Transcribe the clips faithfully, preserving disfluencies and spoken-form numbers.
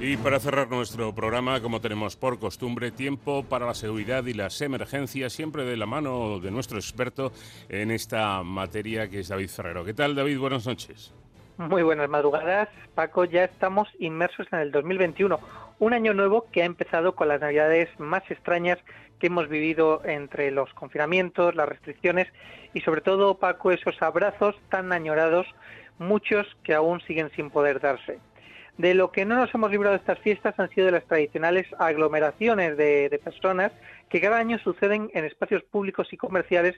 Y para cerrar nuestro programa, como tenemos por costumbre, tiempo para la seguridad y las emergencias, siempre de la mano de nuestro experto en esta materia, que es David Ferrero. ¿Qué tal, David? Buenas noches. Muy buenas madrugadas, Paco. Ya estamos inmersos en el dos mil veintiuno, un año nuevo que ha empezado con las navidades más extrañas que hemos vivido entre los confinamientos, las restricciones y sobre todo, Paco, esos abrazos tan añorados, muchos que aún siguen sin poder darse. De lo que no nos hemos librado de estas fiestas han sido de las tradicionales aglomeraciones de, de personas que cada año suceden en espacios públicos y comerciales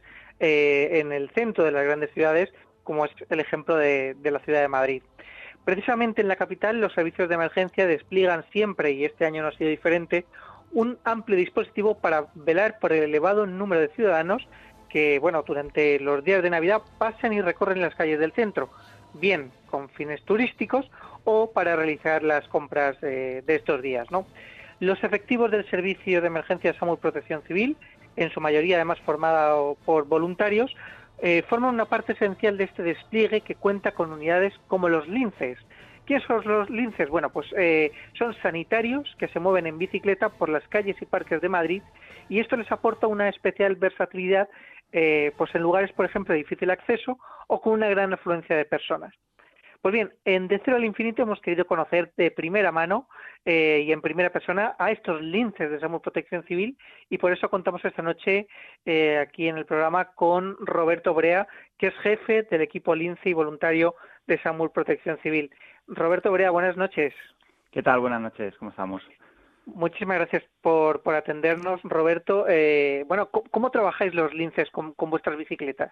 eh, en el centro de las grandes ciudades, como es el ejemplo de, de la ciudad de Madrid. Precisamente en la capital los servicios de emergencia despliegan siempre, y este año no ha sido diferente, un amplio dispositivo para velar por el elevado número de ciudadanos que, bueno, durante los días de Navidad pasan y recorren las calles del centro, bien con fines turísticos o para realizar las compras eh, de estos días, ¿no? Los efectivos del Servicio de Emergencia SAMUR Protección Civil, en su mayoría además formado por voluntarios, eh, forman una parte esencial de este despliegue que cuenta con unidades como los linces. ¿Qué son los linces? Bueno, pues eh, son sanitarios que se mueven en bicicleta por las calles y parques de Madrid, y esto les aporta una especial versatilidad eh, pues en lugares, por ejemplo, de difícil acceso o con una gran afluencia de personas. Pues bien, en De Cero al Infinito hemos querido conocer de primera mano eh, y en primera persona a estos linces de SAMUR Protección Civil, y por eso contamos esta noche eh, aquí en el programa con Roberto Brea, que es jefe del equipo lince y voluntario de SAMUR Protección Civil. Roberto Brea, buenas noches. ¿Qué tal? Buenas noches, ¿cómo estamos? Muchísimas gracias por, por atendernos, Roberto. Eh, bueno, ¿cómo, ¿cómo trabajáis los linces con, con vuestras bicicletas?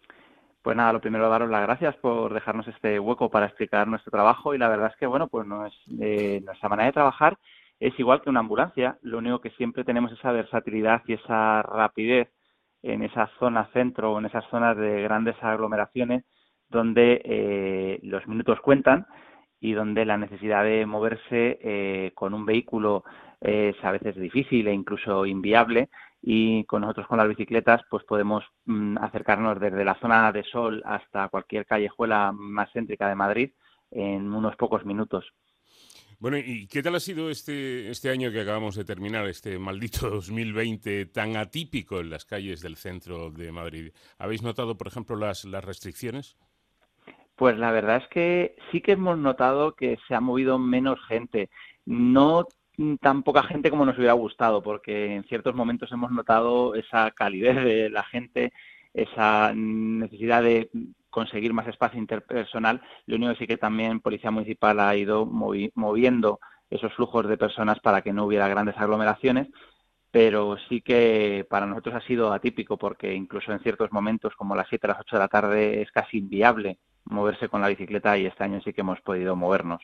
Pues nada, lo primero, daros las gracias por dejarnos este hueco para explicar nuestro trabajo, y la verdad es que, bueno, pues no es, eh, nuestra manera de trabajar es igual que una ambulancia, lo único que siempre tenemos esa versatilidad y esa rapidez en esa zona centro o en esas zonas de grandes aglomeraciones donde eh, los minutos cuentan y donde la necesidad de moverse eh, con un vehículo es a veces difícil e incluso inviable. Y con nosotros, con las bicicletas, pues podemos mmm, acercarnos desde la zona de Sol hasta cualquier callejuela más céntrica de Madrid en unos pocos minutos. Bueno, ¿y qué tal ha sido este, este año que acabamos de terminar, este maldito dos mil veinte tan atípico en las calles del centro de Madrid? ¿Habéis notado, por ejemplo, las, las restricciones? Pues la verdad es que sí que hemos notado que se ha movido menos gente. No tan poca gente como nos hubiera gustado, porque en ciertos momentos hemos notado esa calidez de la gente, esa necesidad de conseguir más espacio interpersonal. Lo único que sí que también Policía Municipal ha ido movi- moviendo esos flujos de personas para que no hubiera grandes aglomeraciones, pero sí que para nosotros ha sido atípico, porque incluso en ciertos momentos, como las siete, las ocho de la tarde, es casi inviable moverse con la bicicleta, y este año sí que hemos podido movernos.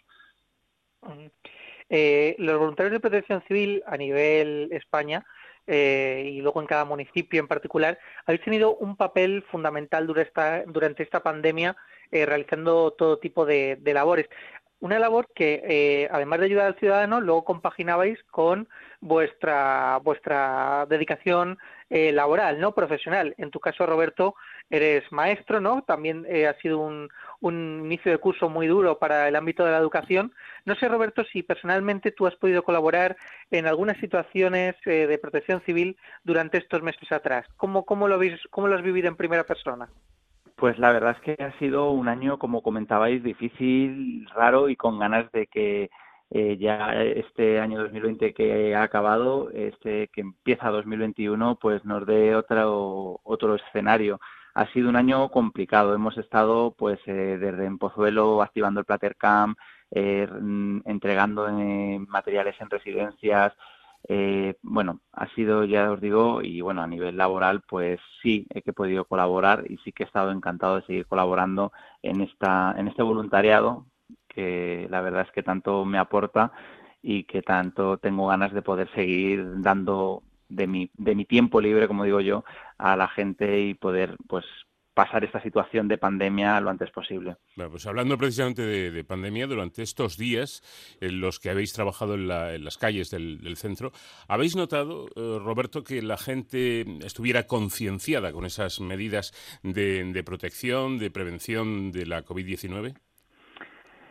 Uh-huh. Eh, los voluntarios de protección civil a nivel España eh, y luego en cada municipio en particular, habéis tenido un papel fundamental durante esta, durante esta pandemia eh, realizando todo tipo de, de labores. Una labor que, eh, además de ayudar al ciudadano, luego compaginabais con vuestra vuestra dedicación eh, laboral, ¿no? Profesional. En tu caso, Roberto, eres maestro, ¿no? También eh, ha sido un, un inicio de curso muy duro para el ámbito de la educación. No sé, Roberto, si personalmente tú has podido colaborar en algunas situaciones eh, de protección civil durante estos meses atrás. ¿Cómo, cómo, lo habéis, cómo lo has vivido en primera persona? Pues la verdad es que ha sido un año, como comentabais, difícil, raro y con ganas de que eh, ya este año dos mil veinte que ha acabado, este que empieza dos mil veintiuno, pues nos dé otro otro escenario. Ha sido un año complicado. Hemos estado pues eh, desde en Pozuelo activando el Platercamp, eh, entregando eh, materiales en residencias. Eh, bueno, ha sido, ya os digo, y bueno, a nivel laboral, pues sí he que he podido colaborar, y sí que he estado encantado de seguir colaborando en esta en este voluntariado, que la verdad es que tanto me aporta y que tanto tengo ganas de poder seguir dando de mi de mi tiempo libre, como digo yo, a la gente, y poder pues pasar esta situación de pandemia lo antes posible. Bueno, pues hablando precisamente de, de pandemia, durante estos días en los que habéis trabajado en, la, en las calles del, del centro, ¿habéis notado, eh, Roberto, que la gente estuviera concienciada con esas medidas de, de protección, de prevención de la COVID diecinueve?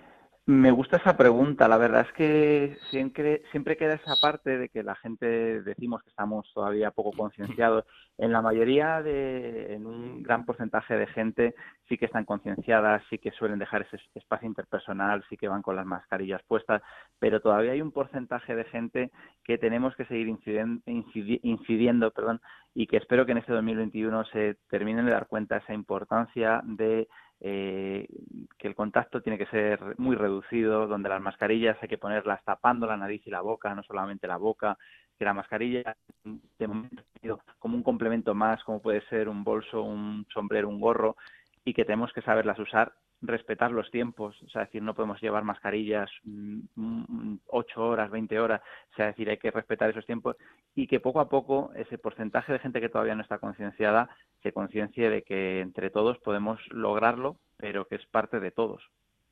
Me gusta esa pregunta. La verdad es que siempre, siempre queda esa parte de que la gente decimos que estamos todavía poco concienciados. En la mayoría de, en un gran porcentaje de gente sí que están concienciadas, sí que suelen dejar ese espacio interpersonal, sí que van con las mascarillas puestas, pero todavía hay un porcentaje de gente que tenemos que seguir inciden, incidi, incidiendo, perdón, y que espero que en este dos mil veintiuno se terminen de dar cuenta de esa importancia de Eh, que el contacto tiene que ser muy reducido, donde las mascarillas hay que ponerlas tapando la nariz y la boca, no solamente la boca, que la mascarilla de momento como un complemento más, como puede ser un bolso, un sombrero, un gorro, y que tenemos que saberlas usar, respetar los tiempos, o sea, es decir, no podemos llevar mascarillas ocho horas, veinte horas, o sea, es decir, hay que respetar esos tiempos y que poco a poco ese porcentaje de gente que todavía no está concienciada se conciencie de que entre todos podemos lograrlo, pero que es parte de todos.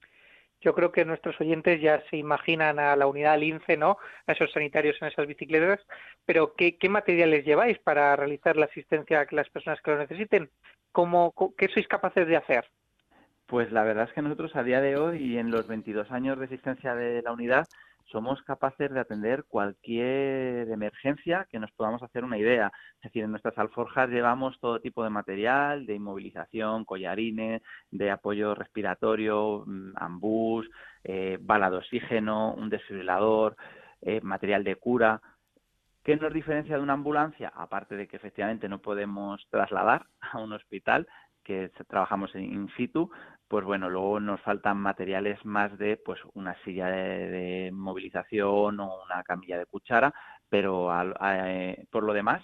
Yo creo que nuestros oyentes ya se imaginan a la unidad Lince, ¿no? A esos sanitarios en esas bicicletas, pero ¿qué, qué materiales lleváis para realizar la asistencia a las personas que lo necesiten? ¿Cómo, ¿Qué sois capaces de hacer? Pues la verdad es que nosotros a día de hoy y en los veintidós años de existencia de la unidad somos capaces de atender cualquier emergencia que nos podamos hacer una idea. Es decir, en nuestras alforjas llevamos todo tipo de material, de inmovilización, collarines, de apoyo respiratorio, ambús, eh, bala de oxígeno, un desfibrilador, eh, material de cura. ¿Qué nos diferencia de una ambulancia? Aparte de que efectivamente no podemos trasladar a un hospital, que trabajamos en in situ, pues bueno, luego nos faltan materiales más de pues una silla de, de movilización o una camilla de cuchara, pero al, a, eh, por lo demás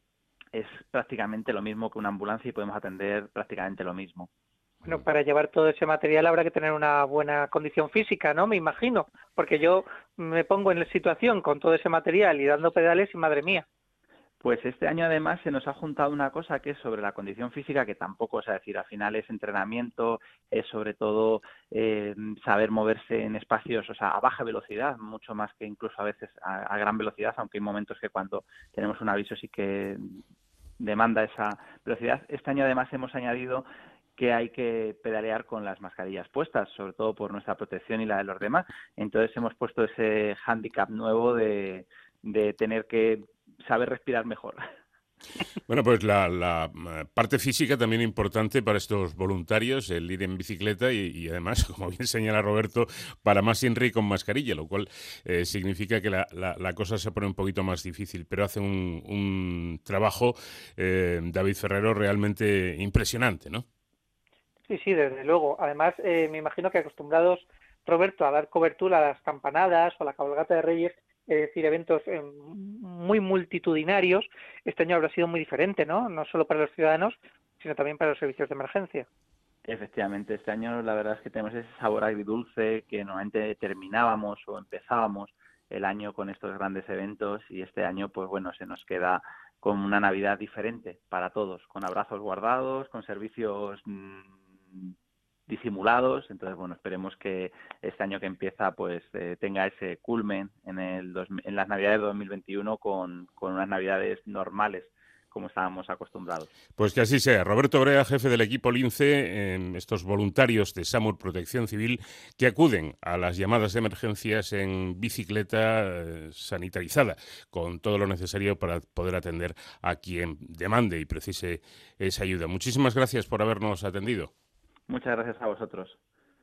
es prácticamente lo mismo que una ambulancia y podemos atender prácticamente lo mismo. Bueno, para llevar todo ese material habrá que tener una buena condición física, ¿no? Me imagino, porque yo me pongo en la situación con todo ese material y dando pedales y madre mía. Pues este año además se nos ha juntado una cosa que es sobre la condición física, que tampoco, o sea, decir, al final es entrenamiento, es sobre todo eh, saber moverse en espacios, o sea, a baja velocidad, mucho más que incluso a veces a, a gran velocidad, aunque hay momentos que cuando tenemos un aviso sí que demanda esa velocidad. Este año además hemos añadido que hay que pedalear con las mascarillas puestas, sobre todo por nuestra protección y la de los demás. Entonces hemos puesto ese hándicap nuevo de, de tener que saber respirar mejor. Bueno, pues la, la parte física también importante para estos voluntarios, el ir en bicicleta y, y además, como bien señala Roberto, para más Inri con mascarilla, lo cual eh, significa que la, la, la cosa se pone un poquito más difícil, pero hace un, un trabajo, eh, David Ferrero, realmente impresionante, ¿no? Sí, sí, desde luego. Además, eh, me imagino que acostumbrados, Roberto, a dar cobertura a las campanadas o a la cabalgata de Reyes, es decir, eventos eh, muy multitudinarios, este año habrá sido muy diferente, ¿no? No solo para los ciudadanos, sino también para los servicios de emergencia. Efectivamente, este año la verdad es que tenemos ese sabor agridulce que normalmente terminábamos o empezábamos el año con estos grandes eventos y este año, pues bueno, se nos queda con una Navidad diferente para todos, con abrazos guardados, con servicios mmm, disimulados. Entonces, bueno, esperemos que este año que empieza pues eh, tenga ese culmen en el dos, en las Navidades de dos mil veintiuno con, con unas Navidades normales como estábamos acostumbrados. Pues que así sea. Roberto Brea, jefe del equipo Lince, en estos voluntarios de SAMUR Protección Civil que acuden a las llamadas de emergencias en bicicleta eh, sanitarizada, con todo lo necesario para poder atender a quien demande y precise esa ayuda. Muchísimas gracias por habernos atendido. Muchas gracias a vosotros.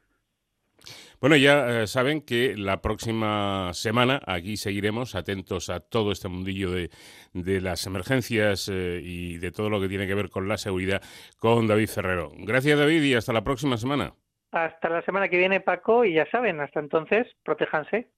Bueno, ya eh, saben que la próxima semana aquí seguiremos atentos a todo este mundillo de, de las emergencias eh, y de todo lo que tiene que ver con la seguridad con David Ferrero. Gracias, David, y hasta la próxima semana. Hasta la semana que viene, Paco, y ya saben, hasta entonces, protéjanse.